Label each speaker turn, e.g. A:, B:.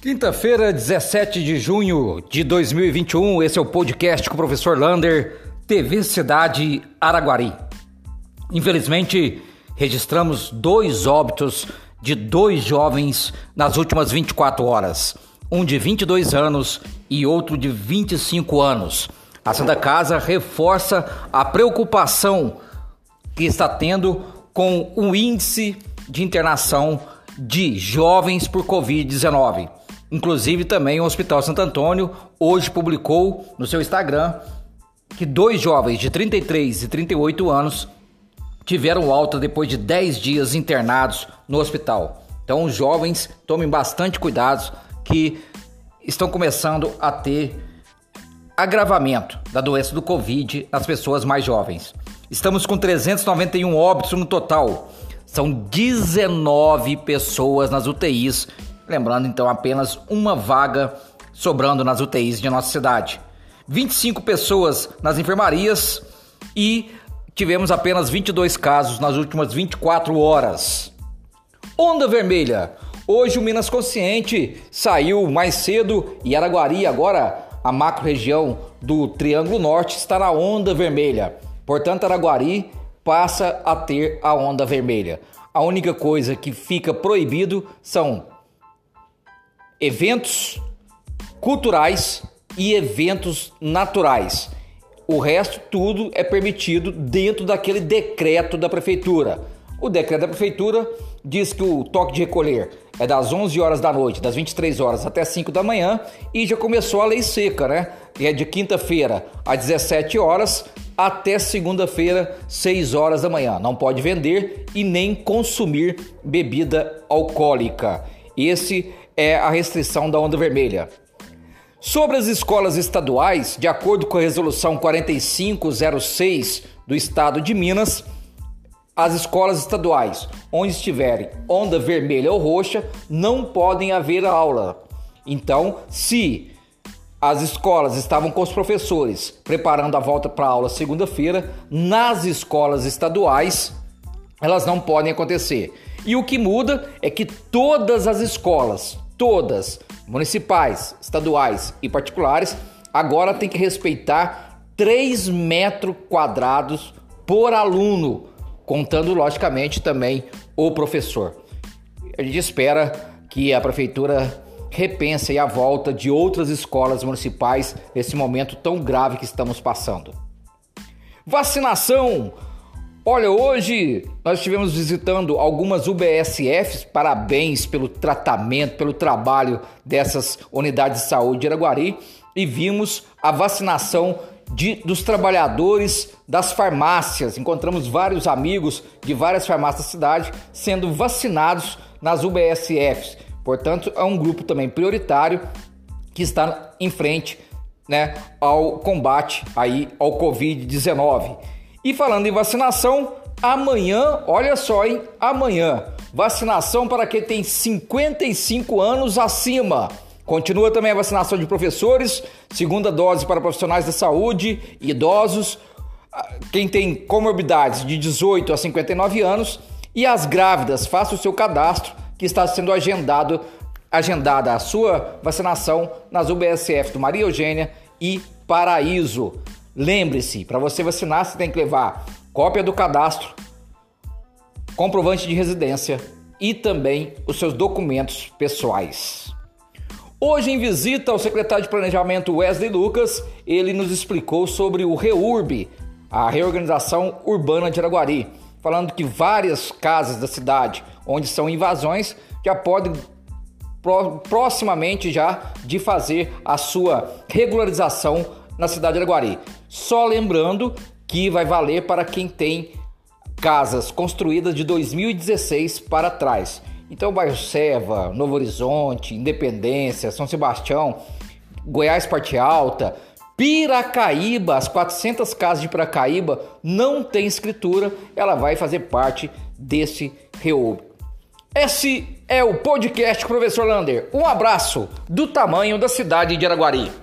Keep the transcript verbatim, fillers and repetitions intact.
A: Quinta-feira, dezessete de junho de dois mil e vinte e um, esse é o podcast com o professor Lander, T V Cidade Araguari. Infelizmente, registramos dois óbitos de dois jovens nas últimas vinte e quatro horas, um de vinte e dois anos e outro de vinte e cinco anos. A Santa Casa reforça a preocupação que está tendo com o índice de internação de jovens por covid dezenove. Inclusive também o Hospital Santo Antônio hoje publicou no seu Instagram que dois jovens de trinta e três e trinta e oito anos tiveram alta depois de dez dias internados no hospital. Então os jovens tomem bastante cuidado que estão começando a ter agravamento da doença do Covid nas pessoas mais jovens. Estamos com trezentos e noventa e um óbitos no total. São dezenove pessoas nas U T Is, lembrando então apenas uma vaga sobrando nas U T Is de nossa cidade. vinte e cinco pessoas nas enfermarias e tivemos apenas vinte e dois casos nas últimas vinte e quatro horas. Onda vermelha. Hoje o Minas Consciente saiu mais cedo e Araguari, agora a macro-região do Triângulo Norte, está na onda vermelha. Portanto, Araguari passa a ter a onda vermelha. A única coisa que fica proibido são eventos culturais e eventos naturais. O resto tudo é permitido dentro daquele decreto da prefeitura. O decreto da prefeitura diz que o toque de recolher é das onze horas da noite, das vinte e três horas até cinco da manhã, e já começou a lei seca, né? Que é de quinta-feira às dezessete horas até segunda-feira, seis horas da manhã. Não pode vender e nem consumir bebida alcoólica. Esse é a restrição da onda vermelha. Sobre as escolas estaduais, de acordo com a resolução quarenta e cinco zero seis do Estado de Minas, as escolas estaduais onde estiverem onda vermelha ou roxa não podem haver aula. Então, se as escolas estavam com os professores preparando a volta para a aula segunda-feira, nas escolas estaduais elas não podem acontecer. E o que muda é que todas as escolas, todas, municipais, estaduais e particulares, agora tem que respeitar três metros quadrados por aluno, contando logicamente também o professor. A gente espera que a prefeitura repense a volta de outras escolas municipais nesse momento tão grave que estamos passando. Vacinação. Olha, hoje nós estivemos visitando algumas U B S Fs, parabéns pelo tratamento, pelo trabalho dessas unidades de saúde de Araguari, e vimos a vacinação de, dos trabalhadores das farmácias. Encontramos vários amigos de várias farmácias da cidade sendo vacinados nas U B S Fs. Portanto, é um grupo também prioritário que está em frente, né, ao combate aí ao covid dezenove. E falando em vacinação, amanhã, olha só, hein? Amanhã, vacinação para quem tem cinquenta e cinco anos acima. Continua também a vacinação de professores, segunda dose para profissionais da saúde, idosos, quem tem comorbidades de dezoito a cinquenta e nove anos e as grávidas. Faça o seu cadastro que está sendo agendado, agendada a sua vacinação nas U B S F do Maria Eugênia e Paraíso. Lembre-se, para você vacinar, você tem que levar cópia do cadastro, comprovante de residência e também os seus documentos pessoais. Hoje, em visita ao secretário de Planejamento Wesley Lucas, ele nos explicou sobre o REURB, a Reorganização Urbana de Araguari, falando que várias casas da cidade onde são invasões já podem proximamente já de fazer a sua regularização na cidade de Araguari. Só lembrando que vai valer para quem tem casas construídas de dois mil e dezesseis para trás. Então, Bairro Serva, Novo Horizonte, Independência, São Sebastião, Goiás Parte Alta, Piracaíba, as quatrocentas casas de Piracaíba não tem escritura, ela vai fazer parte desse REURB. Esse é o podcast Professor Lander. Um abraço do tamanho da cidade de Araguari.